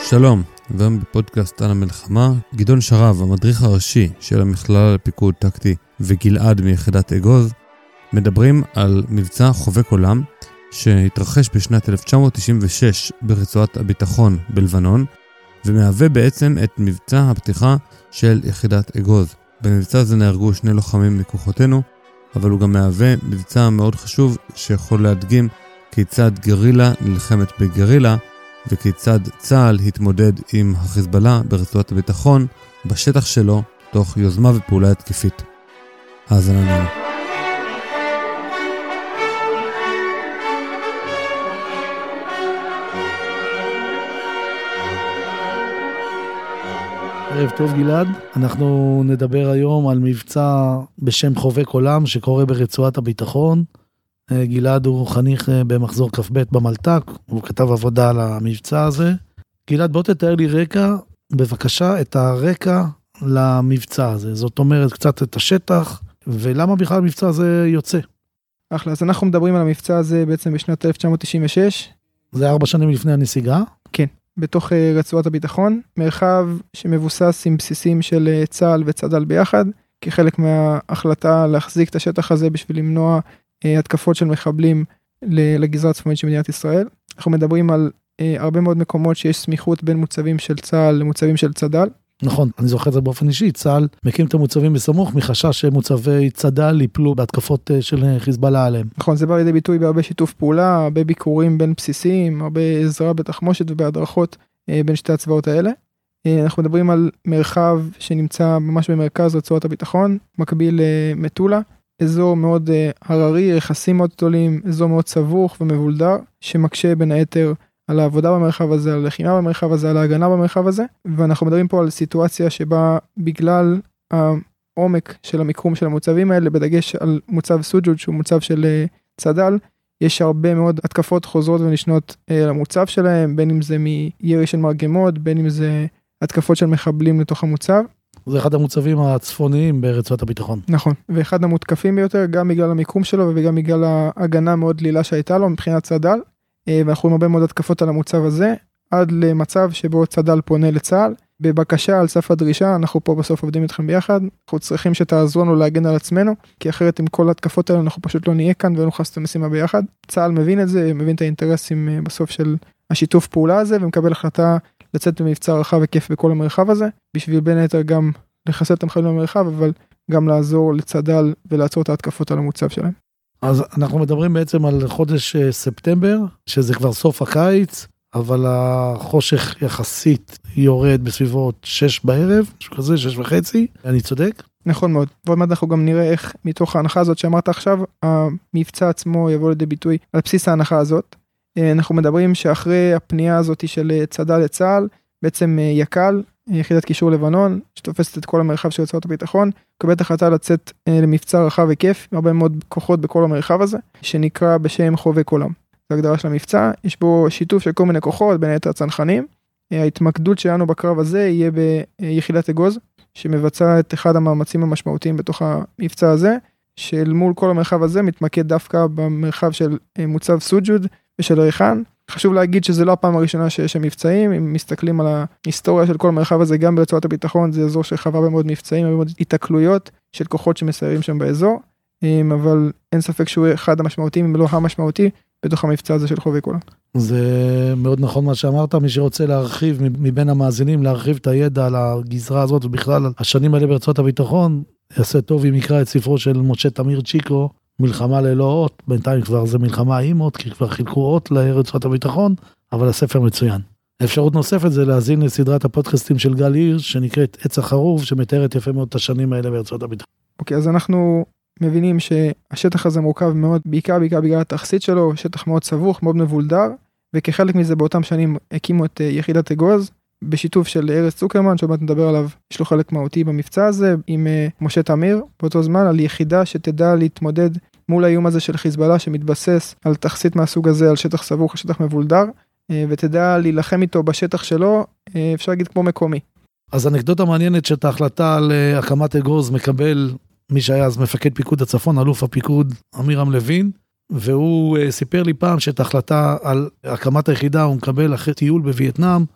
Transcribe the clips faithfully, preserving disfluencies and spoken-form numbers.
שלום, והיום בפודקאסט על המלחמה, גדעון שרב, המדריך הראשי של המכללה לפיקוד טקטי, וגלעד מיחידת אגוז, מדברים על מבצע חובק עולם, שהתרחש בשנת אלף תשע מאות תשעים ושש ברצועת הביטחון בלבנון, ומהווה בעצם את מבצע הפתיחה של יחידת אגוז. במבצע הזה נהרגו שני לוחמים מכוחותינו, אבל הוא גם מהווה מבצע מאוד חשוב שיכול להדגים כיצד גרילה נלחמת בגרילה, וכיצד צה"ל התמודד עם החיזבאללה ברצועת הביטחון בשטח שלו תוך יוזמה ופעולה התקפית. האזנה לנו. ערב טוב גלעד, אנחנו נדבר היום על מבצע בשם חובק עולם שקורה ברצועת הביטחון. גלעד הוא חניך במחזור כ"ב במלתק, הוא כתב עבודה על המבצע הזה. גלעד, בוא תתאר לי רקע, בבקשה, את הרקע למבצע הזה. זאת אומרת, קצת את השטח, ולמה בכלל המבצע הזה יוצא? אחלה, אז אנחנו מדברים על המבצע הזה בעצם בשנת אלף תשע מאות תשעים ושש. זה ארבע שנים לפני הנסיגה? כן, בתוך רצועת הביטחון, מרחב שמבוסס עם בסיסים של צה"ל וצד"ל ביחד, כחלק מההחלטה להחזיק את השטח הזה בשביל למנוע התקפות של מחבלים לגזרה הצפונית של מדינת ישראל. אנחנו מדברים על הרבה מאוד מקומות שיש סמיכות בין מוצבים של צה"ל למוצבים של צד"ל. נכון, אני זוכר את זה באופן אישי, צה"ל מקים את המוצבים בסמוך מחשש שמוצבי צד"ל ייפלו בהתקפות של חיזבאללה עליהם. נכון, זה בא לידי ביטוי בהרבה שיתוף פעולה, הרבה ביקורים בין בסיסים, הרבה עזרה בתחמושת ובהדרכות בין שתי הצבאות האלה. אנחנו מדברים על מרחב שנמצא ממש במרכז רצועת הביטחון, מקביל למטולה, אזור מאוד הררי, יחסים מאוד גדולים, אזור מאוד סבוך ומבולדר, שמקשה בין היתר על העבודה במרחב הזה, על הלחימה במרחב הזה, על ההגנה במרחב הזה, ואנחנו מדברים פה על סיטואציה שבה בגלל העומק של המיקום של המוצבים האלה, בדגש על מוצב סוג'וד, שהוא מוצב של צד"ל, יש הרבה מאוד התקפות חוזרות ונשנות למוצב שלהם, בין אם זה מירי של מרגמות, בין אם זה התקפות של מחבלים לתוך המוצב. זה אחד המוצבים הצפוניים ברצועת הביטחון. נכון, ואחד המותקפים ביותר, גם בגלל המיקום שלו וגם בגלל ההגנה מאוד דלילה שהייתה לו מבחינת צד"ל, ואנחנו רואים הרבה מאוד התקפות על המוצב הזה, עד למצב שבו צד"ל פונה לצה"ל, בבקשה על סף הדרישה, אנחנו פה בסוף עובדים איתכם ביחד, אנחנו צריכים שתעזרו לנו להגן על עצמנו, כי אחרת עם כל התקפות האלה אנחנו פשוט לא נהיה כאן ולא נוכל לעשות את המשימה ביחד. צה"ל מבין את זה, מבין את האינטרסים בסוף של השיתוף פעולה הזה, ומקבל החלטה לצאת במבצע רחב וכיף בכל המרחב הזה, בשביל בין היתר גם לחסל את המחבלים במרחב, אבל גם לעזור לצד"ל ולעצור את ההתקפות על המוצב שלהם. אז אנחנו מדברים בעצם על חודש ספטמבר, שזה כבר סוף הקיץ, אבל החושך יחסית יורד בסביבות שש בערב, משהו כזה, שש וחצי, אני צודק? נכון מאוד, ועוד מעט אנחנו גם נראה איך מתוך ההנחה הזאת שאמרת עכשיו, המבצע עצמו יבוא לידי ביטוי על בסיס ההנחה הזאת. אנחנו מדברים שאחרי הפנייה הזאת של צד"ל לצה"ל, בעצם יק"ל, יחידת קישור לבנון, שתופסת את כל המרחב של רצועת הביטחון, קבלת החלטה לצאת למבצע רחב וכיף, הרבה מאוד כוחות בכל המרחב הזה, שנקרא בשם חובק עולם. זו הגדרה של המבצע, יש בו שיתוף של כל מיני כוחות, בין היתר צנחנים. ההתמקדות שלנו בקרב הזה יהיה ביחידת אגוז, שמבצע את אחד המאמצים המשמעותיים בתוך המבצע הזה, של מול כל המרחב הזה מתמקד דווקא במרחב של מוצב סוג'וד ושל ריחן. חשוב להגיד שזה לא הפעם הראשונה שיש שם מבצעים, אם מסתכלים על ההיסטוריה של כל המרחב הזה, גם ברצועת הביטחון, זה אזור שחווה במאוד מבצעים, במאוד התקלויות של כוחות שמסיירים שם באזור, אבל אין ספק שהוא אחד המשמעותיים, אם לא המשמעותי, בתוך המבצע הזה של חובק עולם. זה מאוד נכון מה שאמרת, מי שרוצה להרחיב מבין המאזינים, להרחיב את הידע על הגזרה הזאת, ובכלל על השנים האלה ברצועת הביטחון, יעשה טוב אם יקרא את ספרו של משה תמיר צ'יקו, מלחמה ללא אות, בינתיים כבר זה מלחמה עם אות, כי כבר חילקו אות לרצועת הביטחון, אבל הספר מצוין. אפשרות נוספת זה להזין לסדרת הפודקאסטים של גל הירש, שנקראת עץ החרוב, שמתארת יפה מאוד את השנים האלה ברצועת הביטחון. אוקיי, אז אנחנו מבינים שהשטח הזה מורכב מאוד, בעיקר בעיקר בגלל התכסית שלו, שטח מאוד סבוך, מאוד מבולדר, וכחלק מזה באותם שנים הקימו את יחידת אגוז, בשיתוף של ארז צוקרמן, שעוד מעט נדבר עליו, יש לו חלק מהותי במבצע הזה, עם משה תמיר, באותו זמן, על יחידה שתדע להתמודד מול האיום הזה של חיזבאללה, שמתבסס על תכסית מהסוג הזה, על שטח סבוך, על שטח מבולדר, ותדע להילחם איתו בשטח שלו, אפשר להגיד כמו מקומי. אז אנקדוטה מעניינת שאת ההחלטה על הקמת אגוז מקבל מי שהיה אז מפקד פיקוד הצפון, אלוף הפיקוד אמירם לוין, והוא סיפר לי פעם שאת ההחלטה על הקמת היחידה הוא מקבל אחרי טיול בווייטנאם,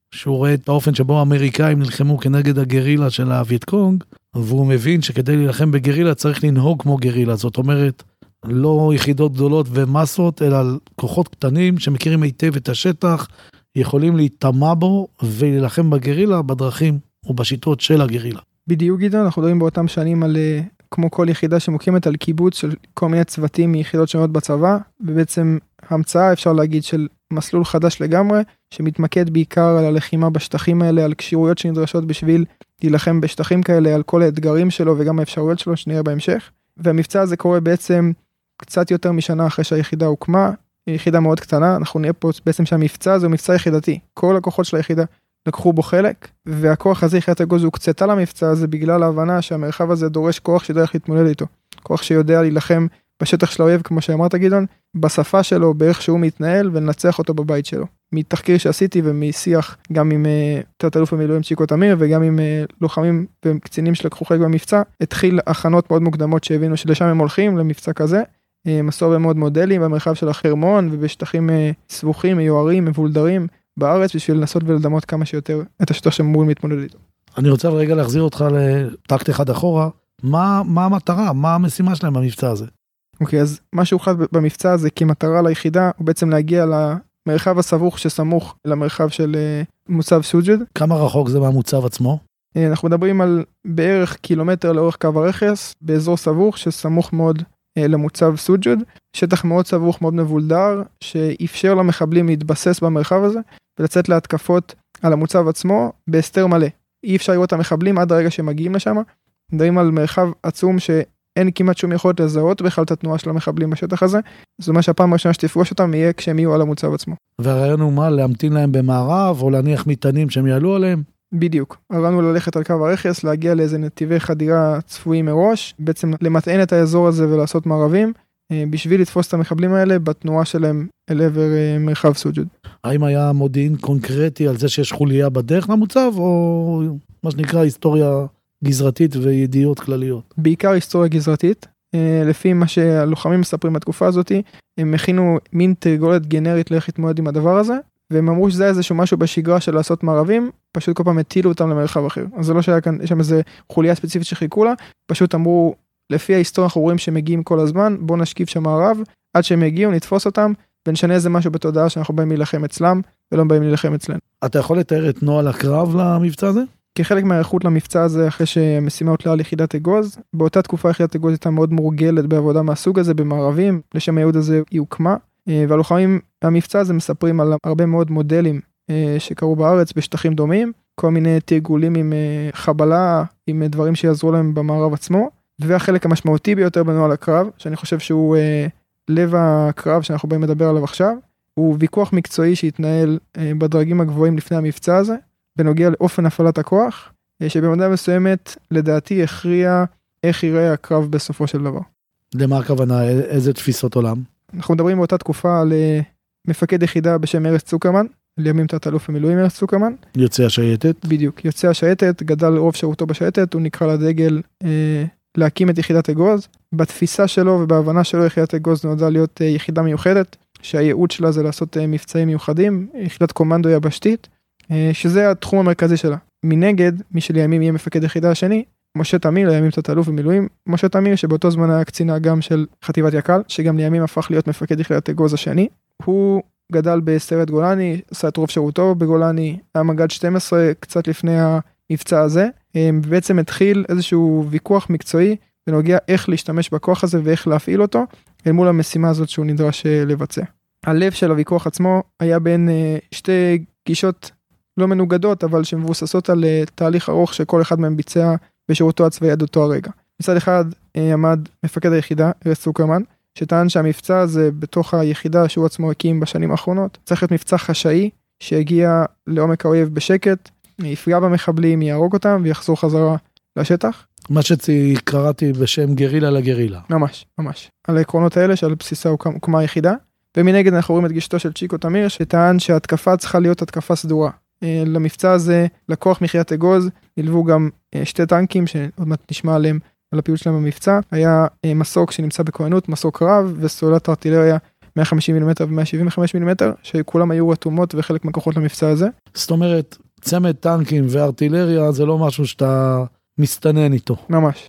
שהוא רואה את האופן שבו האמריקאים נלחמו כנגד הגרילה של הווייטקונג, והוא מבין שכדי להילחם בגרילה צריך לנהוג כמו גרילה, זאת אומרת, לא יחידות גדולות ומסות, אלא כוחות קטנים שמכירים היטב את השטח, יכולים להתאמה בו ולהילחם בגרילה בדרכים ובשיטות של הגרילה. בדיוק גדעון, אנחנו מדברים באותם שנים על, כמו כל יחידה שמוקמת על קיבוץ של כל מיני צוותים מיחידות שונות בצבא, ובעצם המצאה אפשר להגיד של מסלול חדש לגמרי, שמתמקד בעיקר על הלחימה בשטחים האלה, על קשירויות שנדרשות בשביל להילחם בשטחים כאלה, על כל האתגרים שלו וגם האפשרויות שלו שנראה בהמשך. והמבצע הזה קורה בעצם קצת יותר משנה אחרי שהיחידה הוקמה, יחידה מאוד קטנה, אנחנו נראה פה בעצם שהמבצע הזה הוא מבצע יחידתי, כל הכוחות של היחידה לקחו בו חלק, והכוח הזה יחידת אגוז הוקצתה למבצע הזה בגלל ההבנה שהמרחב הזה דורש כוח שיודע איך להתמודד איתו, כוח שיודע להילחם בשטח של האויב, כמו שאמרת גדעון, בשפה שלו, באיך שהוא מתנהל, ולנצח אותו בבית שלו. מתחקיר שעשיתי ומשיח גם עם תת אלוף במילואים צ'יקו תמיר, וגם עם לוחמים וקצינים שלקחו חלק במבצע, התחיל הכנות מאוד מוקדמות שהבינו שלשם הם הולכים למבצע כזה, מסור הרבה מאוד מודלים במרחב של החרמון, ובשטחים סבוכים, מיוערים, מבולדרים בארץ, בשביל לנסות ולדמות כמה שיותר את השטח שמול מתמודד איתו. אני רוצה רגע להחזיר אותך לטקט אחד אחורה, מה, מה המטרה, מה המשימה שלהם במבצע הזה? אוקיי, אז מה שהוחלט במבצע הזה כמטרה ליחידה, הוא בעצם להגיע למרחב הסבוך שסמוך למרחב של מוצב סוג'ד. כמה רחוק זה מהמוצב עצמו? אנחנו מדברים על בערך קילומטר לאורך קו הרכס, באזור סבוך שסמוך מאוד למוצב סוג'ד, שטח מאוד סבוך, מאוד מבולדר, שאפשר למחבלים להתבסס במרחב הזה, ולצאת להתקפות על המוצב עצמו בהסתר מלא. אי אפשר לראות את המחבלים עד הרגע שמגיעים לשם, מדברים על מרחב עצום שאין כמעט שום יכולת לזהות בכלל את התנועה של המחבלים בשטח הזה, זאת אומרת שהפעם הראשונה שתפגוש אותם יהיה כשהם יהיו על המוצב עצמו. והרעיון הוא מה? להמתין להם במערב, או להניח מטענים שהם יעלו עליהם? בדיוק, הרעיון ללכת על קו הרכס, להגיע לאיזה נתיבי חדירה צפויים מראש, בעצם למטען את האזור הזה ולעשות מערבים, בשביל לתפוס את המחבלים האלה בתנועה שלהם אל עבר מרחב סוג'ד. האם היה מודיעין קונקרטי על זה שיש חוליה בדרך למוצב, או מה שנקרא היסטוריה גזרתית וידיעות כלליות? בעיקר היסטוריה גזרתית, לפי מה שהלוחמים מספרים בתקופה הזאת, הם הכינו מין תרגולת גנרית לאיך להתמודד עם הדבר הזה, והם אמרו שזה איזשהו משהו בשגרה של לעשות מערבים, פשוט כל פעם הטילו אותם למרחב אחר. אז זה לא שהיה כאן, יש שם איזה חוליה ספציפית שחיכו לה, פשוט אמרו, לפי ההיסטוריה אנחנו רואים שהם מגיעים כל הזמן, בואו נשקיף שם מערב, עד שהם יגיעו, נתפוס אותם, ונשנה איזה משהו בתודעה שאנחנו באים להילחם אצלם, ולא באים להילחם אצלנו. אתה יכול לתאר את נוהל הקרב למבצע הזה? כחלק מהערכות למבצע הזה, אחרי שמשימה הוטלה על יחידת אגוז, באותה תקופה יחידת אגוז הייתה מאוד מורגלת בעבודה מהסוג הזה, במערבים, לשם הייעוד הזה היא הוקמה, והלוחמים המבצע הזה מספרים על הרבה מאוד מודלים שקרו בארץ בשטחים דומים, כל מיני תרגולים עם חבלה, עם דברים שיעזרו להם במערב עצמו, והחלק המשמעותי ביותר בנוהל הקרב, שאני חושב שהוא לב הקרב שאנחנו באים לדבר עליו עכשיו, הוא ויכוח מקצועי שהתנהל בדרגים הגבוהים לפני המבצע הזה, בנוגע לאופן הפעלת הכוח, שבמדע מסוימת לדעתי הכריע איך יראה הקרב בסופו של דבר. למה הכוונה? איזה תפיסות עולם? אנחנו מדברים באותה תקופה על מפקד יחידה בשם ארז צוקרמן, לימים תת אלוף במילואים ארז צוקרמן. יוצא השייטת? בדיוק, יוצא השייטת, גדל רוב שירותו בשייטת, הוא נקרא לדגל אה, להקים את יחידת אגוז. בתפיסה שלו ובהבנה שלו יחידת אגוז נועדה להיות אה, יחידה מיוחדת, שהייעוד שלה זה לעשות אה, מבצעים מיוחדים, יחידת קומנדו יבשתית, אה, שזה התחום המרכזי שלה. מנגד, מי שלימים יהיה מפקד יחידה השני, משה תמיר, לימים תת אלוף במילואים, משה תמיר שבאותו זמן היה קצין האג"ם של חטיבת יק"ל, שגם לימים הפך להיות מפקד יחידת אגוז השני. הוא גדל בסיירת גולני, עשה את רוב שירותו בגולני, היה מג"ד שתים עשרה קצת לפני המבצע הזה, ובעצם התחיל איזשהו ויכוח מקצועי בנוגע איך להשתמש בכוח הזה ואיך להפעיל אותו, אל מול המשימה הזאת שהוא נדרש לבצע. הלב של הוויכוח עצמו היה בין שתי גישות לא מנוגדות, אבל שמבוססות על תהליך ארוך שכל אחד מהם ביצע בשירותו הצבאי עד אותו הרגע. מצד אחד עמד מפקד היחידה, ארז צוקרמן, שטען שהמבצע הזה בתוך היחידה שהוא עצמו הקים בשנים האחרונות, צריך להיות מבצע חשאי שהגיע לעומק האויב בשקט, יפגע במחבלים, יהרוג אותם ויחזור חזרה לשטח. מה שקראתי בשם גרילה לגרילה. ממש, ממש. על העקרונות האלה שעל בסיסה הוקמה היחידה, ומנגד אנחנו רואים את גישתו של צ'יקו תמיר, שטען שההתקפה צריכה להיות התקפה סדורה. למבצע הזה, לקוח מיחידת אגוז, נלוו גם שתי טנקים שעוד מעט נשמע עליהם על הפעילות שלהם במבצע, היה מסוק שנמצא בכהנות, מסוק רב, וסוללת ארטילריה מאה וחמישים מילימטר ו-מאה שבעים וחמישה מילימטר, שכולם היו רתומות וחלק מהכוחות למבצע הזה. זאת אומרת, צמד טנקים וארטילריה זה לא משהו שאתה מסתנן איתו. ממש.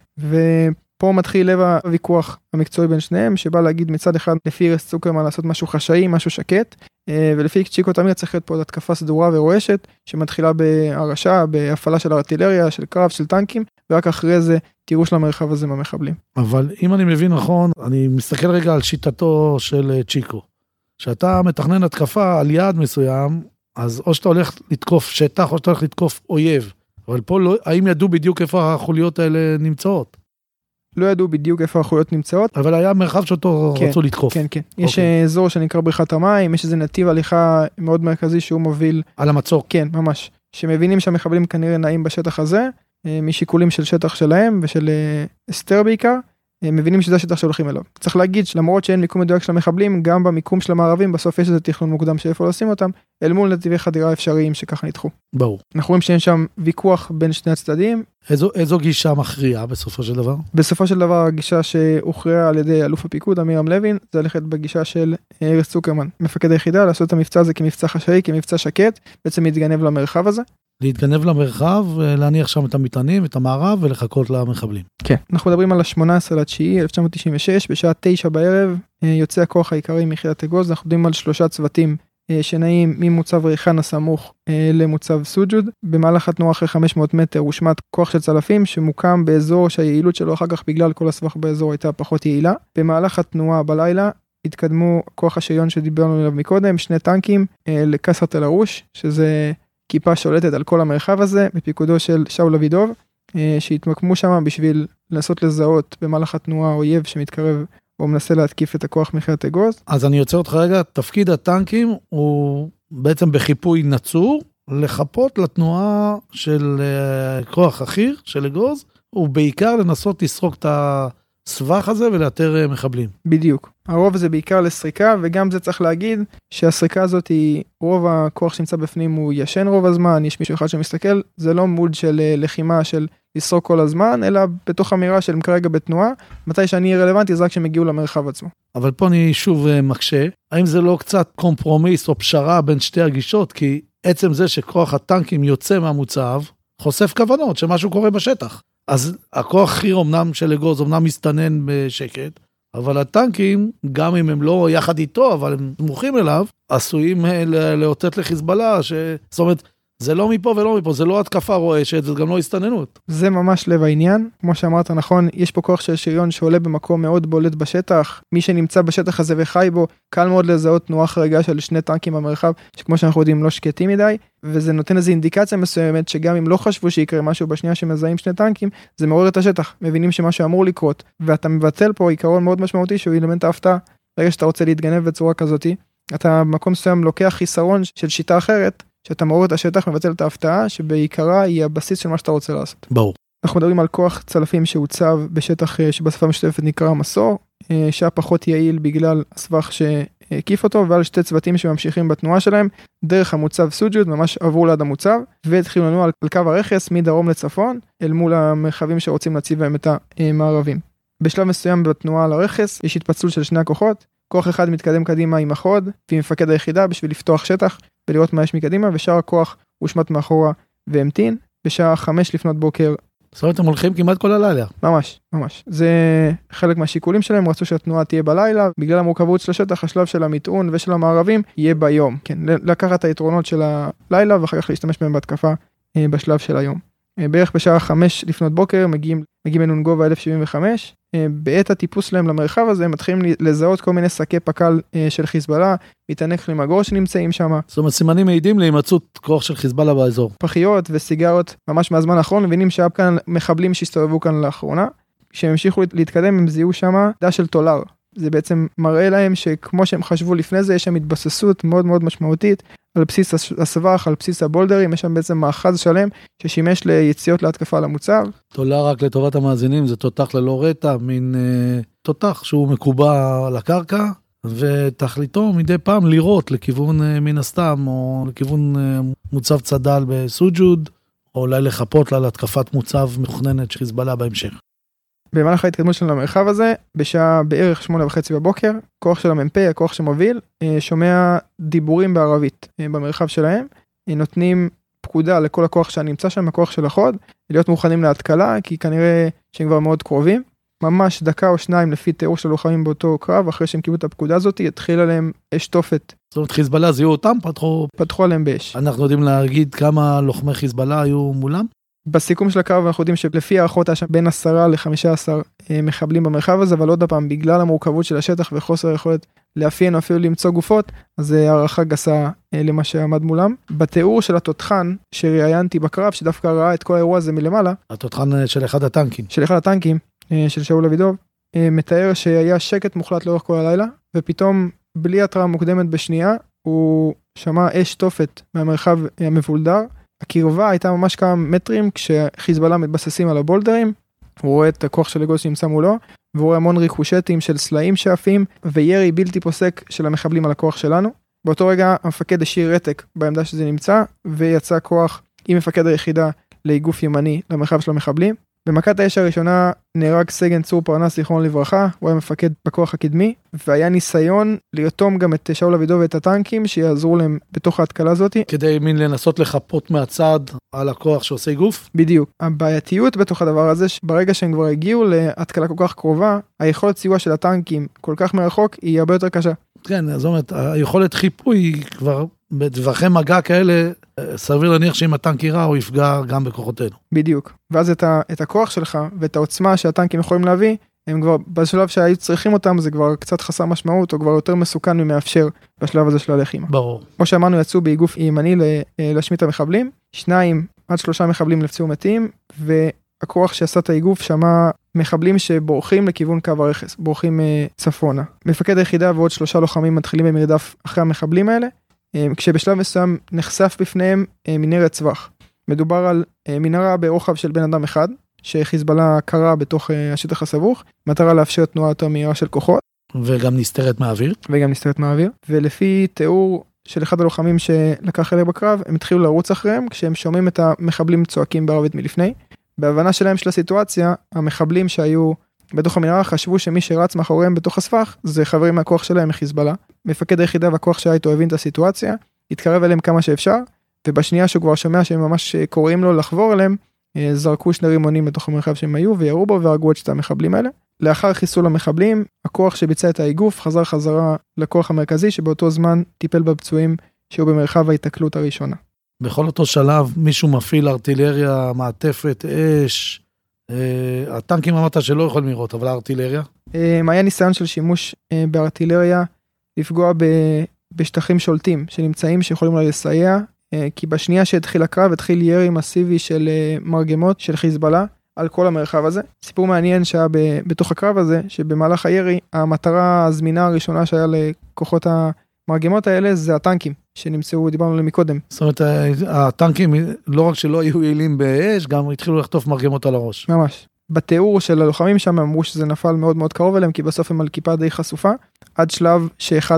ופה מתחיל לב הוויכוח המקצועי בין שניהם, שבא להגיד מצד אחד לפי ארז צוקרמן לעשות משהו חשאי, משהו שקט, ולפי צ'יקו תמיר צריך להיות פה התקפה סדורה ורועשת, שמתחילה בהרשעה, בהפעלה של ארטילריה, של קרב, של טנקים, ורק אחרי זה תראו של המרחב הזה מהמחבלים. אבל אם אני מבין נכון, אני מסתכל רגע על שיטתו של צ'יקו. שאתה מתכנן התקפה על יעד מסוים, אז או שאתה הולך לתקוף שטח, או שאתה הולך לתקוף אויב. אבל פה לא, האם ידעו בדיוק איפה החוליות האלה נמצאות? לא ידעו בדיוק איפה החוליות נמצאות. אבל היה מרחב שאותו כן, רצו לתקוף. כן, כן. Okay. יש אזור שנקרא בריכת המים, יש איזה נתיב הליכה מאוד מרכזי שהוא מוביל. על המצוק. כן, ממש. שמבינים שהמחבלים כנראה נעים בשטח הזה, משיקולים של שטח שלהם ושל אסתר בעיקר, מבינים שזה השטח שהולכים אליו. צריך להגיד שלמרות שאין מיקום מדויק של המחבלים, גם במיקום של המערבים, בסוף יש איזה תכנון מוקדם שאיפה לשים אותם, אל מול נתיבי חדירה אפשריים שככה נדחו. ברור. אנחנו רואים שאין שם ויכוח בין שני הצדדים. איזו, איזו גישה מכריעה בסופו של דבר? בסופו של דבר הגישה שהוכרעה על ידי אלוף הפיקוד, אמירם לוין, זה הלכת בגישה של ארז צוקרמן, מפקד היחידה, לעשות את המבצע הזה כמבצע חשאי, כמבצע שקט, בעצם להתגנב למרחב הזה. להתגנב למרחב, להניח שם את המטענים, את המערב, ולחכות למחבלים. כן. אנחנו מדברים על ה-שמונה עשרה לתשיעי אלף תשע מאות תשעים ושש, בשעה תשע בערב, יוצא הכוח העיקרי מיחידת אגוז, אנחנו מדברים על שלושה צוותים שנעים ממוצב ריחן הסמוך למוצב סוג'וד. במהלך התנועה אחרי חמש מאות מטר הושמט כוח של צלפים, שמוקם באזור שהיעילות שלו אחר כך בגלל כל הסבך באזור הייתה פחות יעילה. במהלך התנועה בלילה, התקדמו כוח השריון שדיברנו עליו מקודם, שני טנקים לקסרת אל הרוש, שזה כיפה שולטת על כל המרחב הזה, בפיקודו של שאול אבידוב, שהתמקמו שם בשביל לנסות לזהות במהלך התנועה אויב שמתקרב או מנסה להתקיף את הכוח מחיית אגוז. אז אני יוצא אותך רגע, תפקיד הטנקים הוא בעצם בחיפוי נצור, לחפות לתנועה של כוח אחיר, של אגוז, ובעיקר לנסות לסרוק את הסבך הזה ולאתר מחבלים. בדיוק. הרוב זה בעיקר לסריקה, וגם זה צריך להגיד שהסריקה הזאת היא, רוב הכוח שנמצא בפנים הוא ישן רוב הזמן, יש מישהו אחד שמסתכל, זה לא מוד של לחימה של לסרוק כל הזמן, אלא בתוך אמירה של כרגע בתנועה, מתי שאני רלוונטי זה רק שהם הגיעו למרחב עצמו. אבל פה אני שוב מקשה, האם זה לא קצת קומפרומיס או פשרה בין שתי הגישות, כי עצם זה שכוח הטנקים יוצא מהמוצב, חושף כוונות שמשהו קורה בשטח. אז הכוח חי"ר אמנם של אגוז, אמנם מסתנן בשקט, אבל הטנקים, גם אם הם לא יחד איתו, אבל הם סמוכים אליו, עשויים לאותת לחיזבאללה, ש... זאת אומרת, זה לא מפה ולא מפה, זה לא התקפה רועשת, זה גם לא הסתננות. זה ממש לב העניין, כמו שאמרת נכון, יש פה כוח של שריון שעולה במקום מאוד בולט בשטח, מי שנמצא בשטח הזה וחי בו, קל מאוד לזהות תנועה חריגה של שני טנקים במרחב, שכמו שאנחנו יודעים לא שקטים מדי, וזה נותן איזו אינדיקציה מסוימת, שגם אם לא חשבו שיקרה משהו בשנייה שמזהים שני טנקים, זה מעורר את השטח, מבינים שמשהו אמור לקרות, ואתה מבטל פה עיקרון מאוד משמעותי, שהוא אלמנט ההפתעה, ברגע שאתה רוצה להתגנב בצורה כזאת, אתה במקום מסוים לוקח חיסרון של שיטה אחרת, שאתה מעורר את השטח, מבטל את ההפתעה, שבעיקרה היא הבסיס של מה שאתה רוצה לעשות. ברור. אנחנו מדברים על כוח צלפים שהוצב בשטח שבשפה משותפת נקרא מסור, שהיה פחות יעיל בגלל הסבך שהקיף אותו, ועל שתי צוותים שממשיכים בתנועה שלהם, דרך המוצב סוג'וד, ממש עברו ליד המוצב, והתחילו לנוע על קו הרכס מדרום לצפון, אל מול המרחבים שרוצים להציב בהם את המערבים. בשלב מסוים בתנועה על הרכס, יש התפצלות של שני הכוחות, כוח אחד מתקדם קדימה עם החוד, ועם מפקד היחידה בשביל לפתוח שטח, ולראות מה יש מקדימה, ושאר הכוח הושמט מאחורה והמתין, בשעה חמש לפנות בוקר. זאת אומרת, הם הולכים כמעט כל הלילה. ממש, ממש. זה חלק מהשיקולים שלהם, רצו שהתנועה תהיה בלילה, בגלל המורכבות של השטח, השלב של המטעון ושל המערבים, יהיה ביום. כן, לקחת את היתרונות של הלילה, ואחר כך להשתמש בהם בהתקפה בשלב של היום. בערך בשעה חמש לפנות בוקר, מגיעים, מגיעים אלינו גובה אלף שבעים וחמש, בעת הטיפוס שלהם למרחב הזה, הם מתחילים לזהות כל מיני שקי פקל של חיזבאללה, מתענק למגור שנמצאים שם. זאת אומרת, סימנים מעידים להימצאות כוח של חיזבאללה באזור. פחיות וסיגרות, ממש מהזמן האחרון, מבינים שהיה כאן מחבלים שהסתובבו כאן לאחרונה, כשהם המשיכו להתקדם, הם זיהו שם דה של טולר. זה בעצם מראה להם שכמו שהם חשבו לפני זה, יש שם התבססות מאוד מאוד משמעותית, על בסיס הסבך, על בסיס הבולדרים, יש שם בעצם מאחז שלם, ששימש ליציאות להתקפה על המוצב. טולר רק לטובת המאזינים, זה תותח ללא רטע, מין אה, תותח שהוא מקובע על הקרקע, ותכליתו מדי פעם לירות לכיוון אה, מן הסתם, או לכיוון אה, מוצב צדל בסוג'וד, או אולי לחפות לה להתקפת מוצב מתוכננת של חיזבאללה בהמשך. במהלך ההתקדמות של המרחב הזה, בשעה בערך שמונה וחצי בבוקר, כוח של המ"פ, הכוח שמוביל, שומע דיבורים בערבית במרחב שלהם, נותנים פקודה לכל הכוח שנמצא שם, הכוח של החוד, להיות מוכנים להתקלה, כי כנראה שהם כבר מאוד קרובים. ממש דקה או שניים לפי תיאור של לוחמים באותו קרב, אחרי שהם קיבלו את הפקודה הזאת, התחיל עליהם אש תופת. זאת אומרת, חיזבאללה זיהו אותם, פתחו... פתחו עליהם באש. אנחנו יודעים להגיד כמה לוחמי חיזבאללה היו מולם? בסיכום של הקרב אנחנו יודעים שלפי הערכות היה שם בין עשרה לחמישה עשר מחבלים במרחב הזה, אבל עוד הפעם, בגלל המורכבות של השטח וחוסר היכולת לאפיין או אפילו למצוא גופות, אז זה הערכה גסה למה שעמד מולם. בתיאור של התותחן שראיינתי בקרב, שדווקא ראה את כל האירוע הזה מלמעלה, התותחן של אחד הטנקים. של אחד הטנקים, של שאול אבידוב, מתאר שהיה שקט מוחלט לאורך כל הלילה, ופתאום בלי התראה מוקדמת בשנייה, הוא שמע אש תופת מהמרחב המבולדר. הקרבה הייתה ממש כמה מטרים, כשחיזבאללה מתבססים על הבולדרים, הוא רואה את הכוח של אגוז שנמצא מולו, והוא רואה המון ריקושטים של סלעים שאפים, וירי בלתי פוסק של המחבלים על הכוח שלנו. באותו רגע המפקד השאיר רתק בעמדה שזה נמצא, ויצא כוח עם מפקד היחידה לאיגוף ימני למרחב של המחבלים. במכת האש הראשונה נהרג סגן צור פרנס, זיכרון לברכה, הוא היה מפקד בכוח הקדמי, והיה ניסיון לרתום גם את שאול אבידוב ואת הטנקים שיעזרו להם בתוך ההתקלה הזאת. כדי מין לנסות לחפות מהצד על הכוח שעושה גוף? בדיוק. הבעייתיות בתוך הדבר הזה, ברגע שהם כבר הגיעו להתקלה כל כך קרובה, היכולת סיוע של הטנקים כל כך מרחוק היא הרבה יותר קשה. כן, זאת אומרת, היכולת חיפוי היא כבר בטווחי מגע כאלה, סביר להניח שאם הטנק יירה הוא יפגע גם בכוחותינו. בדיוק. ואז את, ה, את הכוח שלך ואת העוצמה שהטנקים יכולים להביא, הם כבר בשלב שהיו צריכים אותם, זה כבר קצת חסר משמעות, או כבר יותר מסוכן ממאפשר בשלב הזה של הלחימה. ברור. כמו שאמרנו, יצאו באיגוף ימני להשמיט המחבלים, שניים עד שלושה מחבלים נפצעו מתים, והכוח שעשה את האיגוף שמע מחבלים שבורחים לכיוון קו הרכס, בורחים צפונה. מפקד היחידה ועוד שלושה לוחמים מתחילים במרדף אחרי המחבלים האלה, כשבשלב מסוים נחשף בפניהם מנהרת צבח. מדובר על מנהרה ברוחב של בן אדם אחד, שחיזבאללה קרה בתוך השטח הסבוך, מטרה לאפשר תנועה יותר מהירה של כוחות. וגם נסתרת מהאוויר. וגם נסתרת מהאוויר. ולפי תיאור של אחד הלוחמים שלקח חלק בקרב, הם התחילו לרוץ אחריהם, כשהם שומעים את המחבלים צועקים בערבית מלפני. בהבנה שלהם של הסיטואציה, המחבלים שהיו בתוך המנהרה חשבו שמי שרץ מאחוריהם בתוך הסבך, זה חברים מהכוח שלהם מחיזבאללה. מפקד היחידה והכוח שהיה איתו הבין את הסיטואציה, התקרב אליהם כמה שאפשר, ובשנייה שהוא כבר שומע שהם ממש קוראים לו לחבור אליהם, זרקו שני רימונים בתוך המרחב שהם היו, וירו בו והרגו את שתי המחבלים האלה. לאחר חיסול המחבלים, הכוח שביצע את האיגוף חזר חזרה לכוח המרכזי, שבאותו זמן טיפל בפצועים שהיו במרחב ההתקלות הראשונה. בכל אותו שלב מישהו מפעיל ארטילריה, מעטפת, אש, אה, הטנקים אמרת שלא יכולים לראות, אבל הארטילריה? אה, היה ניסיון של שימוש אה, בארטילריה, לפגוע ב, בשטחים שולטים שנמצאים שיכולים לה לסייע, אה, כי בשנייה שהתחיל הקרב, התחיל ירי מסיבי של אה, מרגמות של חיזבאללה, על כל המרחב הזה. סיפור מעניין שהיה ב, בתוך הקרב הזה, שבמהלך הירי, המטרה הזמינה הראשונה שהיה לכוחות המרגמות האלה, זה הטנקים שנמצאו, דיברנו עליהם מקודם. זאת אומרת, הטנקים לא רק שלא היו יעילים באש, גם התחילו לחטוף מרגמות על הראש. ממש. בתיאור של הלוחמים שם אמרו שזה נפל מאוד מאוד קרוב אליהם, כי בסוף הם על כיפה די חשופה, עד שלב שאחד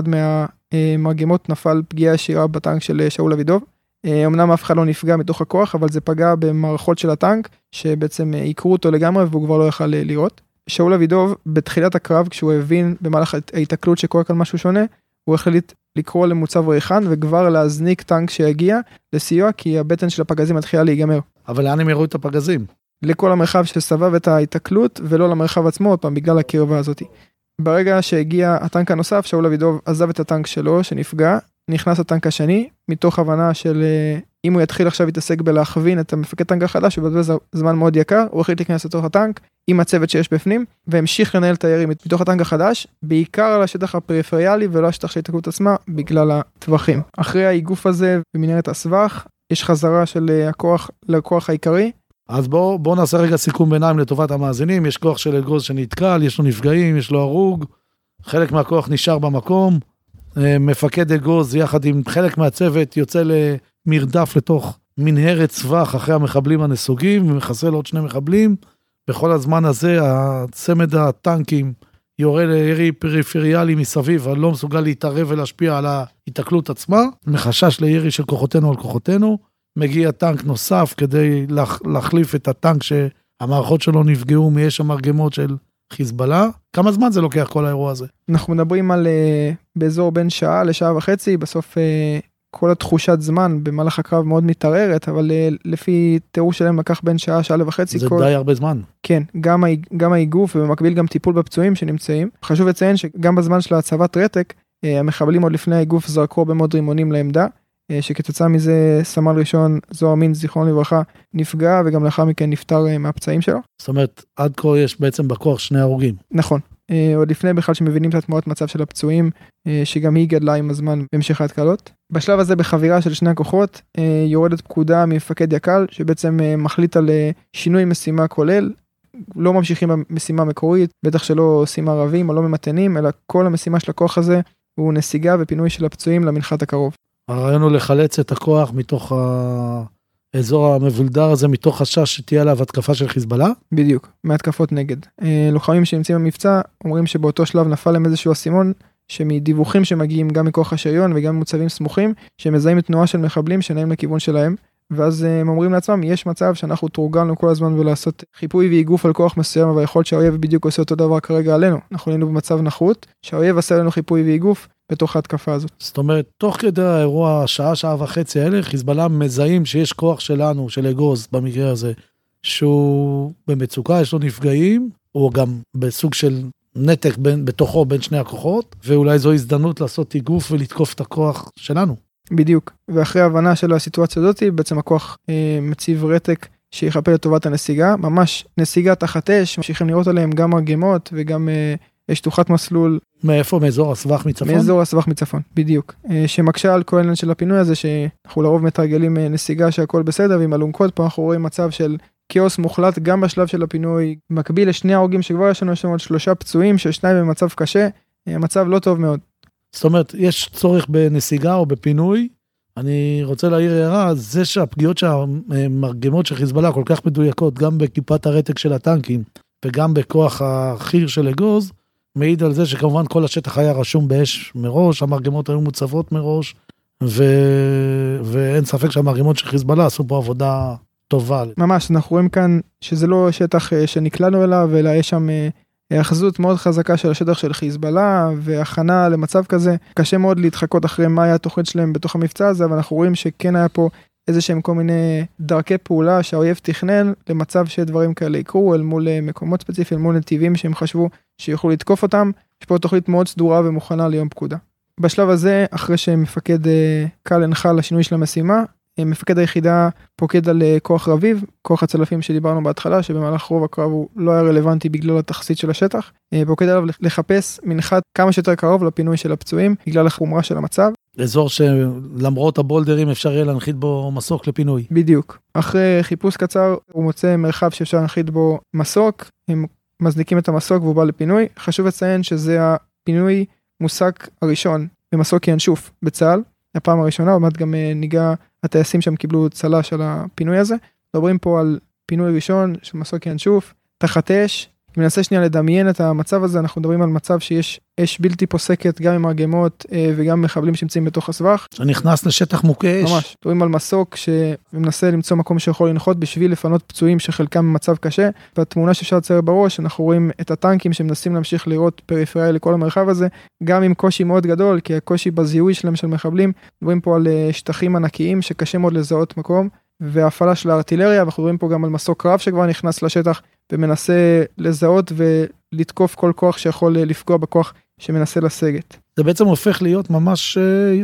מהמרגמות נפל פגיעה ישירה בטנק של שאול אבידוב. אמנם אף אחד לא נפגע מתוך הכוח, אבל זה פגע במערכות של הטנק, שבעצם עיקרו אותו לגמרי, והוא כבר לא יכל לראות. שאול אבידוב, בתחילת הקרב, כשהוא הבין במהלך ההתקלות שקורה כאן משהו שונה, הוא החליט לקרוא למוצב ריחן, וכבר להזניק טנק שיגיע לסיוע, כי הבטן של הפגזים התחילה להיגמר. אבל לאן הם יראו את הפגזים? לכל המרחב שסבב את ההתקלות, ולא למרחב עצמו, עוד פעם, בגלל הקרבה הזאת. ברגע שהגיע הטנק הנוסף, שאול אבידוב עזב את הטנק שלו, שנפגע, נכנס הטנק השני, מתוך הבנה של אם הוא יתחיל עכשיו להתעסק בלהכווין את המפקד טנק החדש, ובזבז זמן מאוד יקר, הוא החליט להיכנס לתוך הטנק, עם הצוות שיש בפנים, והמשיך לנהל את הירי מתוך הטנק החדש, בעיקר על השטח הפריפריאלי, ולא השטח של ההתקלות עצמה, בגלל הטווחים. אחרי האיגוף הזה, במנהרת הסבך, יש חזרה של הכוח לכוח העיקרי. אז בואו בוא נעשה רגע סיכום ביניים לטובת המאזינים, יש כוח של אגוז שנתקל, יש לו נפגעים, יש לו הרוג, חלק מהכוח נשאר במקום, מפקד אגוז יחד עם חלק מהצוות יוצא למרדף לתוך מנהרת סבך אחרי המחבלים הנסוגים, ומחסל עוד שני מחבלים, בכל הזמן הזה הצמד הטנקים יורה לירי פריפריאלי מסביב, אבל לא מסוגל להתערב ולהשפיע על ההתקלות עצמה, מחשש לירי של כוחותינו על כוחותינו, מגיע טנק נוסף כדי להחליף את הטנק שהמערכות שלו נפגעו מאש המרגמות של חיזבאללה. כמה זמן זה לוקח כל האירוע הזה? אנחנו מדברים על באזור בין שעה לשעה וחצי, בסוף כל התחושת זמן במהלך הקרב מאוד מתערערת, אבל לפי תיאור שלהם לקח בין שעה, שעה וחצי. זה כל... די הרבה זמן. כן, גם, גם האיגוף ובמקביל גם טיפול בפצועים שנמצאים. חשוב לציין שגם בזמן של הצבת רתק, המחבלים עוד לפני האיגוף זרקו הרבה מאוד רימונים לעמדה, שכתוצאה מזה סמל ראשון זוהר מינץ זיכרון לברכה נפגע, וגם לאחר מכן נפטר מהפצעים שלו. זאת אומרת, עד כה יש בעצם בכוח שני הרוגים. נכון. עוד לפני בכלל שמבינים את התמורת מצב של הפצועים, שגם היא גדלה עם הזמן בהמשך ההתקלות. בשלב הזה בחבירה של שני הכוחות, יורדת פקודה ממפקד יקל, שבעצם מחליט על שינוי משימה כולל, לא ממשיכים במשימה המקורית, בטח שלא עושים ערבים או לא ממתנים, אלא כל המשימה של הכוח הזה הוא נסיגה ופינוי של הפצועים למנחת הקרוב. הרעיון הוא לחלץ את הכוח מתוך האזור המבולדר הזה, מתוך חשש שתהיה עליו התקפה של חיזבאללה? בדיוק, מהתקפות נגד. לוחמים שנמצאים במבצע אומרים שבאותו שלב נפל להם איזשהו אסימון, שמדיווחים שמגיעים גם מכוח השריון וגם מוצבים סמוכים, שמזהים את תנועה של מחבלים שנעים לכיוון שלהם, ואז הם אומרים לעצמם, יש מצב שאנחנו תורגלנו כל הזמן ולעשות חיפוי ואיגוף על כוח מסוים, אבל יכול להיות שהאויב בדיוק עושה אותו דבר כרגע עלינו. אנחנו היינו במצב נחות, שהאויב עשה לנו חיפוי ואיגוף בתוך ההתקפה הזאת. זאת אומרת, תוך כדי האירוע, שעה, שעה וחצי האלה, חיזבאללה מזהים שיש כוח שלנו, של אגוז במקרה הזה, שהוא במצוקה, יש לו נפגעים, או גם בסוג של נתק בין, בתוכו בין שני הכוחות, ואולי זו הזדמנות לעשות איגוף ולתקוף את הכוח שלנו. בדיוק, ואחרי ההבנה של הסיטואציה הזאת, בעצם הכוח אה, מציב רתק שיחפה לטובת הנסיגה, ממש נסיגה תחת אש, ממשיכים לראות עליהם גם מרגמות וגם אה, אש תוחת מסלול. מאיפה? מאזור הסבך מצפון? מאזור הסבך מצפון, בדיוק. אה, שמקשה על כל העניין של הפינוי הזה, שאנחנו לרוב מתרגלים אה, נסיגה שהכל בסדר, ועם אלונקות פה אנחנו רואים מצב של כאוס מוחלט גם בשלב של הפינוי, מקביל לשני ההרוגים שכבר יש לנו, יש לנו עוד שלושה פצועים, ששניים במצב קשה, אה, מצב לא טוב מאוד. זאת אומרת, יש צורך בנסיגה או בפינוי, אני רוצה להעיר הערה, זה שהפגיעות שהמרגמות של חיזבאללה כל כך מדויקות, גם בכיפת הרתק של הטנקים, וגם בכוח החי"ר של אגוז, מעיד על זה שכמובן כל השטח היה רשום באש מראש, המרגמות היו מוצבות מראש, ו... ואין ספק שהמרגמות של חיזבאללה עשו פה עבודה טובה. ממש, אנחנו רואים כאן שזה לא שטח שנקלענו אליו, אלא יש שם האחזות מאוד חזקה של השטח של חיזבאללה, והכנה למצב כזה. קשה מאוד להתחקות אחרי מה היה התוכנית שלהם בתוך המבצע הזה, אבל אנחנו רואים שכן היה פה איזה שהם כל מיני דרכי פעולה שהאויב תכנן למצב שדברים כאלה יקרו, אל מול מקומות ספציפיים, אל מול נתיבים שהם חשבו שיוכלו לתקוף אותם. יש פה תוכנית מאוד סדורה ומוכנה ליום פקודה. בשלב הזה, אחרי שמפקד קל הנחה לשינוי של המשימה, מפקד היחידה פוקד על כוח רביב, כוח הצלפים שדיברנו בהתחלה, שבמהלך רוב הקרב הוא לא היה רלוונטי בגלל התכסית של השטח, פוקד עליו לחפש מנחת כמה שיותר קרוב לפינוי של הפצועים, בגלל החומרה של המצב. אזור שלמרות הבולדרים אפשר יהיה להנחית בו מסוק לפינוי. בדיוק. אחרי חיפוש קצר הוא מוצא מרחב שאפשר להנחית בו מסוק, הם מזניקים את המסוק והוא בא לפינוי. חשוב לציין שזה הפינוי מוסק הראשון במסוק ינשוף בצה"ל, הפעם הראשונה, ועוד גם ניגע הטייסים שם קיבלו צל"ש על הפינוי הזה. מדברים פה על פינוי ראשון של מסוק ינשוף, תחת אש. אם ננסה שנייה לדמיין את המצב הזה, אנחנו מדברים על מצב שיש אש בלתי פוסקת, גם עם מרגמות וגם מחבלים שנמצאים בתוך הסבך. שנכנס לשטח מוכה אש. ממש. מדברים על מסוק שמנסה למצוא מקום שיכול לנחות בשביל לפנות פצועים שחלקם במצב קשה. בתמונה שאפשר לצייר בראש, אנחנו רואים את הטנקים שמנסים להמשיך לראות פריפריה לכל המרחב הזה, גם עם קושי מאוד גדול, כי הקושי בזיהוי שלהם של מחבלים. מדברים פה על שטחים ענקיים שקשה מאוד לזהות מקום, והפעלה של הארטילריה, ואנחנו רואים פה גם על מסוק רב שכבר נכנס לשטח ומנסה לזהות ולתקוף כל כוח שיכול לפגוע בכוח שמנסה לסגת. זה בעצם הופך להיות ממש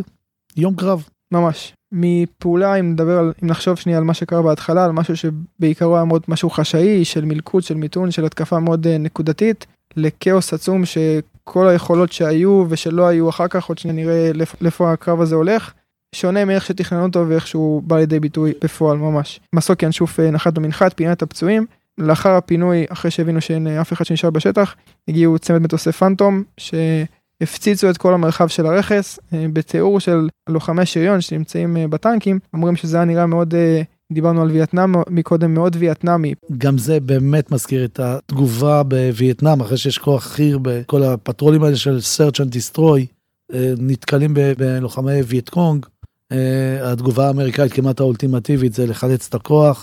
יום קרב. ממש. מפעולה, אם נדבר על, אם נחשוב שנייה על מה שקרה בהתחלה, על משהו שבעיקרו היה מאוד משהו חשאי, של מלכוד, של מיתון, של התקפה מאוד נקודתית, לכאוס עצום שכל היכולות שהיו ושלא היו אחר כך, עוד שניה נראה לאיפה הקרב הזה הולך, שונה מאיך שתכננו אותו ואיך שהוא בא לידי ביטוי בפועל ממש. מסוק ינשוף נחת במנחת, פינה את הפצועים, לאחר הפינוי, אחרי שהבינו שאין אף אחד שנשאר בשטח, הגיעו צמד מטוסי פנטום, שהפציצו את כל המרחב של הרכס, בתיאור של לוחמי שריון שנמצאים בטנקים, אומרים שזה היה נראה מאוד, דיברנו על וייטנאם מקודם, מאוד וייטנאמי. גם זה באמת מזכיר את התגובה בווייטנאם, אחרי שיש כוח חי"ר בכל הפטרולים האלה של search and destroy, נתקלים בלוחמי וייטקונג, התגובה האמריקאית כמעט האולטימטיבית זה לחלץ את הכוח,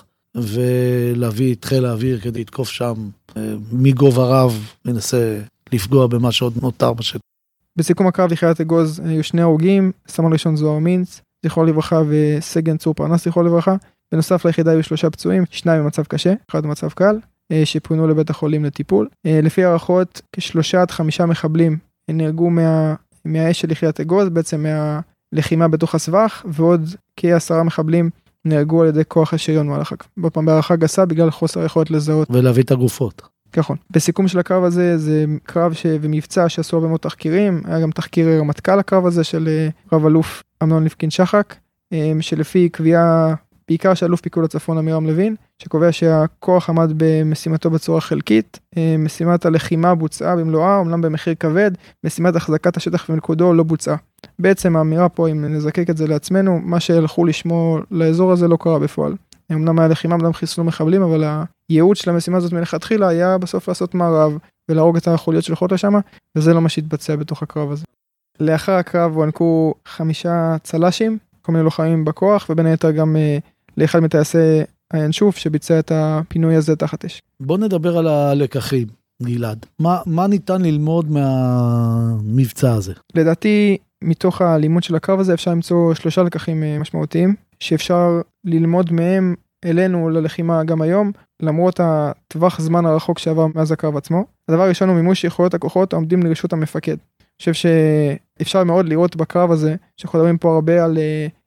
ולהביא את חיל האוויר כדי לתקוף שם מגובה רב, מנסה לפגוע במה שעוד נותר בשטח. בסיכום הקרב יחידת אגוז היו שני הרוגים, סמל ראשון זוהר מינץ, זכרו לברכה, וסגן צור פרנס, זכרו לברכה. בנוסף ליחידה היו שלושה פצועים, שניים במצב קשה, אחד במצב קל, שפונו לבית החולים לטיפול. לפי הערכות, כשלושה עד חמישה מחבלים נהרגו מה, מהאש של יחידת אגוז, בעצם מהלחימה בתוך הסבך, ועוד כעשרה מחבלים נהרגו על ידי כוח השריון מהלך, בפעם בהערכה גסה, בגלל חוסר יכולת לזהות. ולהביא את הגופות. נכון. בסיכום של הקרב הזה, זה קרב ש... ומבצע שעשו הרבה מאוד תחקירים, היה גם תחקיר רמטכ"ל הקרב הזה של רב אלוף אמנון ליפקין שחק, שלפי קביעה, בעיקר של אלוף פיקוד הצפון אמירם לוין, שקובע שהכוח עמד במשימתו בצורה חלקית, משימת הלחימה בוצעה במלואה, אומנם במחיר כבד, משימת החזקת השטח ומלכודו לא בוצעה. בעצם האמירה פה, אם נזקק את זה לעצמנו, מה שהלכו לשמור לאזור הזה לא קרה בפועל. אמנם הלחימה, אמנם חיסלו מחבלים, אבל הייעוד של המשימה הזאת מלכתחילה היה בסוף לעשות מערב ולהרוג את החוליות שלחות לשם, וזה לא מה שהתבצע בתוך הקרב הזה. לאחר הקרב הוענקו חמישה צל"שים, כל מיני לוחמים בכוח, ובין היתר גם אה, לאחד מטייסי הינשוף שביצע את הפינוי הזה תחת אש. בוא נדבר על הלקחים, גלעד. מה, מה ניתן ללמוד מהמבצע הזה? לדעתי, מתוך הלימוד של הקרב הזה אפשר למצוא שלושה לקחים אה, משמעותיים, שאפשר ללמוד מהם אלינו ללחימה גם היום, למרות הטווח זמן הרחוק שעבר מאז הקרב עצמו. הדבר הראשון הוא מימוש יכולות הכוחות העומדים לרשות המפקד. אני חושב שאפשר מאוד לראות בקרב הזה, שאנחנו מדברים פה הרבה על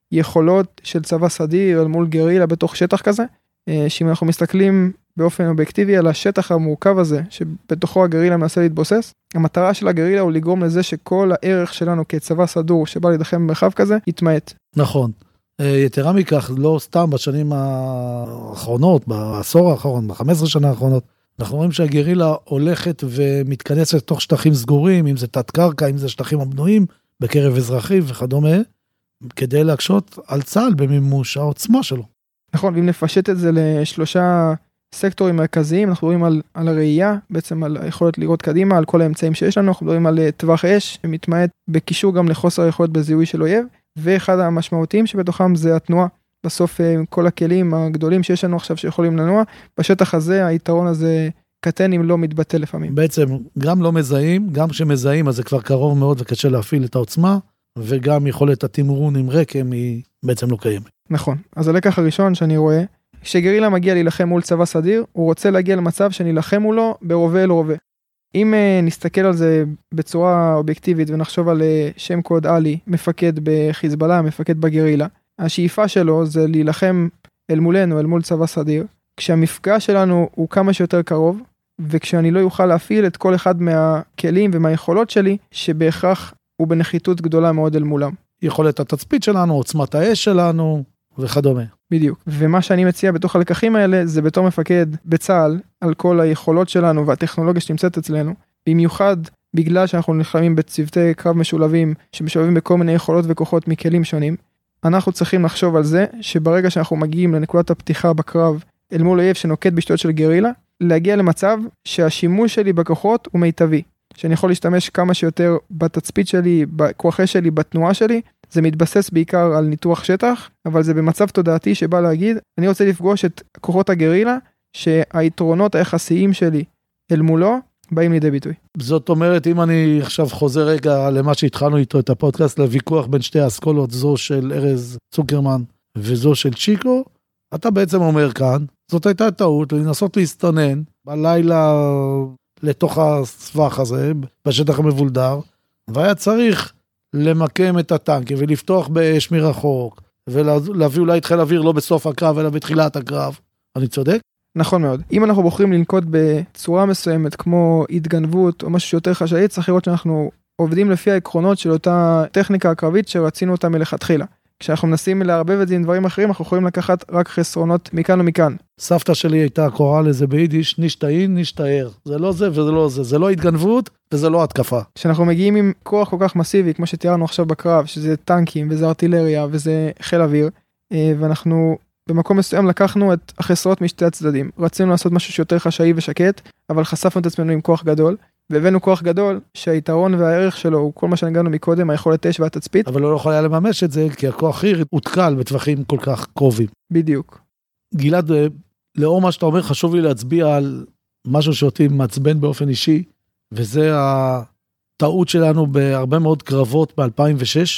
יכולות של צבא סדיר, על מול גרילה בתוך שטח כזה, שאם אנחנו מסתכלים באופן אובייקטיבי על השטח המורכב הזה, שבתוכו הגרילה מנסה להתבוסס, המטרה של הגרילה הוא לגרום לזה שכל הערך שלנו כצבא סדור שבא להידחם במרחב כזה, יתמעט. נכון. יתרה מכך, לא סתם בשנים האחרונות, בעשור האחרון, ב-חמש עשרה שנה האחרונות, אנחנו רואים שהגרילה הולכת ומתכנסת לתוך שטחים סגורים, אם זה תת קרקע, אם זה שטחים הבנויים, בקרב אזרחי וכדומה, כדי להקשות על צה"ל במימוש העוצמה שלו. נכון, ואם נפשט את זה לשלושה סקטורים מרכזיים, אנחנו מדברים על, על הראייה, בעצם על היכולת לראות קדימה, על כל האמצעים שיש לנו, אנחנו מדברים על טווח אש, שמתמעט בקישור גם לחוסר היכולת בזיהוי של אויב, ואחד המשמעותיים שבתוכם זה התנועה. בסוף כל הכלים הגדולים שיש לנו עכשיו שיכולים לנוע, בשטח הזה היתרון הזה קטן אם לא מתבטא לפעמים. בעצם גם לא מזהים, גם כשמזהים אז זה כבר קרוב מאוד וקשה להפעיל את העוצמה, וגם יכולת התמרון עם רקם היא בעצם לא קיימת. נכון, אז הלקח הראשון שאני רואה, כשגרילה מגיע להילחם מול צבא סדיר, הוא רוצה להגיע למצב שנילחם מולו ברובה אל רובה. אם נסתכל על זה בצורה אובייקטיבית ונחשוב על שם קוד עלי, מפקד בחיזבאללה, מפקד בגרילה, השאיפה שלו זה להילחם אל מולנו, אל מול צבא סדיר, כשהמפגש שלנו הוא כמה שיותר קרוב, וכשאני לא יוכל להפעיל את כל אחד מהכלים ומהיכולות שלי, שבהכרח הוא בנחיתות גדולה מאוד אל מולם. יכולת התצפית שלנו, עוצמת האש שלנו וכדומה. בדיוק. ומה שאני מציע בתוך הלקחים האלה, זה בתור מפקד בצה"ל, על כל היכולות שלנו והטכנולוגיה שנמצאת אצלנו, במיוחד בגלל שאנחנו נלחמים בצוותי קרב משולבים, שמשולבים בכל מיני יכולות וכוחות מכלים שונים, אנחנו צריכים לחשוב על זה, שברגע שאנחנו מגיעים לנקודת הפתיחה בקרב, אל מול אויב שנוקט בשטויות של גרילה, להגיע למצב שהשימוש שלי בכוחות הוא מיטבי. שאני יכול להשתמש כמה שיותר בתצפית שלי, בכוח אש שלי, בתנועה שלי, זה מתבסס בעיקר על ניתוח שטח, אבל זה במצב תודעתי שבא להגיד, אני רוצה לפגוש את כוחות הגרילה, שהיתרונות היחסיים שלי אל מולו, באים לידי ביטוי. זאת אומרת, אם אני עכשיו חוזר רגע למה שהתחלנו איתו את הפודקאסט, לוויכוח בין שתי האסכולות, זו של ארז צוקרמן וזו של צ'יקו, אתה בעצם אומר כאן, זאת הייתה טעות, לנסות להסתנן בלילה לתוך הסבך הזה, בשטח המבולדר, והיה צריך למקם את הטנקים ולפתוח באש מרחוק, ולהביא אולי את חיל אוויר לא בסוף הקרב, אלא בתחילת הקרב. אני צודק? נכון מאוד. אם אנחנו בוחרים לנקוט בצורה מסוימת, כמו התגנבות או משהו שיותר חשאי, צריך לראות שאנחנו עובדים לפי העקרונות של אותה טכניקה הקרבית שרצינו אותה מלכתחילה. כשאנחנו מנסים לערבב את זה עם דברים אחרים, אנחנו יכולים לקחת רק חסרונות מכאן ומכאן. סבתא שלי הייתה קוראה לזה ביידיש, נשתאין, נשתאר. זה לא זה וזה לא זה. זה לא התגנבות וזה לא התקפה. כשאנחנו מגיעים עם כוח כל כך מסיבי, כמו שתיארנו עכשיו בקרב, שזה טנקים וזה ארטילריה וזה חיל אוויר, ואנחנו במקום מסוים לקחנו את החסרות משתי הצדדים. רצינו לעשות משהו שיותר חשאי ושקט, אבל חשפנו את עצמנו עם כוח גדול, והבאנו כוח גדול שהיתרון והערך שלו הוא כל מה שנגענו מקודם, היכולת אש והתצפית. אבל הוא לא יכול היה לממש את זה, כי הכוח חי"ר הותקל בטווחים כל כך קרובים. בדיוק. גלעד, לאור מה שאתה אומר, חשוב לי להצביע על משהו שאותי מעצבן באופן אישי, וזה הטעות שלנו בהרבה מאוד קרבות ב-אלפיים ושש,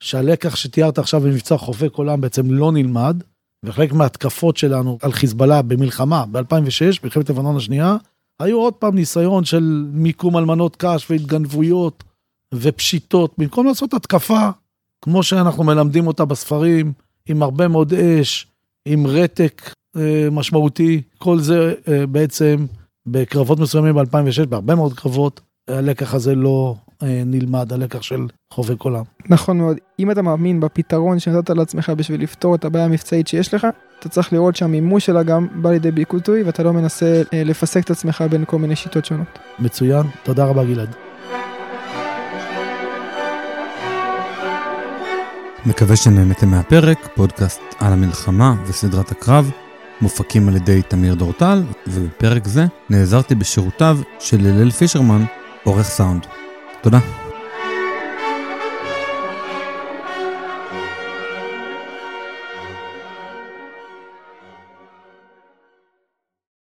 שהלקח שתיארת עכשיו במבצע חובק עולם בעצם לא נלמד, וחלק מההתקפות שלנו על חיזבאללה במלחמה ב-אלפיים ושש, במלחמת לבנון השנייה, היו עוד פעם ניסיון של מיקום אלמנות קש והתגנבויות ופשיטות, במקום לעשות התקפה, כמו שאנחנו מלמדים אותה בספרים, עם הרבה מאוד אש, עם רתק אה, משמעותי, כל זה אה, בעצם בקרבות מסוימים ב-אלפיים ושש, בהרבה מאוד קרבות, הלקח הזה לא אה, נלמד, הלקח של חובק עולם. נכון מאוד, אם אתה מאמין בפתרון שנתת לעצמך בשביל לפתור את הבעיה המבצעית שיש לך, אתה צריך לראות שהמימוש שלה גם בא לידי ביטוי, ואתה לא מנסה אה, לפסק את עצמך בין כל מיני שיטות שונות. מצוין, תודה רבה גלעד. מקווה שנהנתם מהפרק, פודקאסט על המלחמה וסדרת הקרב, מופקים על ידי תמיר דורטל, ובפרק זה נעזרתי בשירותיו של הלל פישרמן, עורך סאונד. תודה.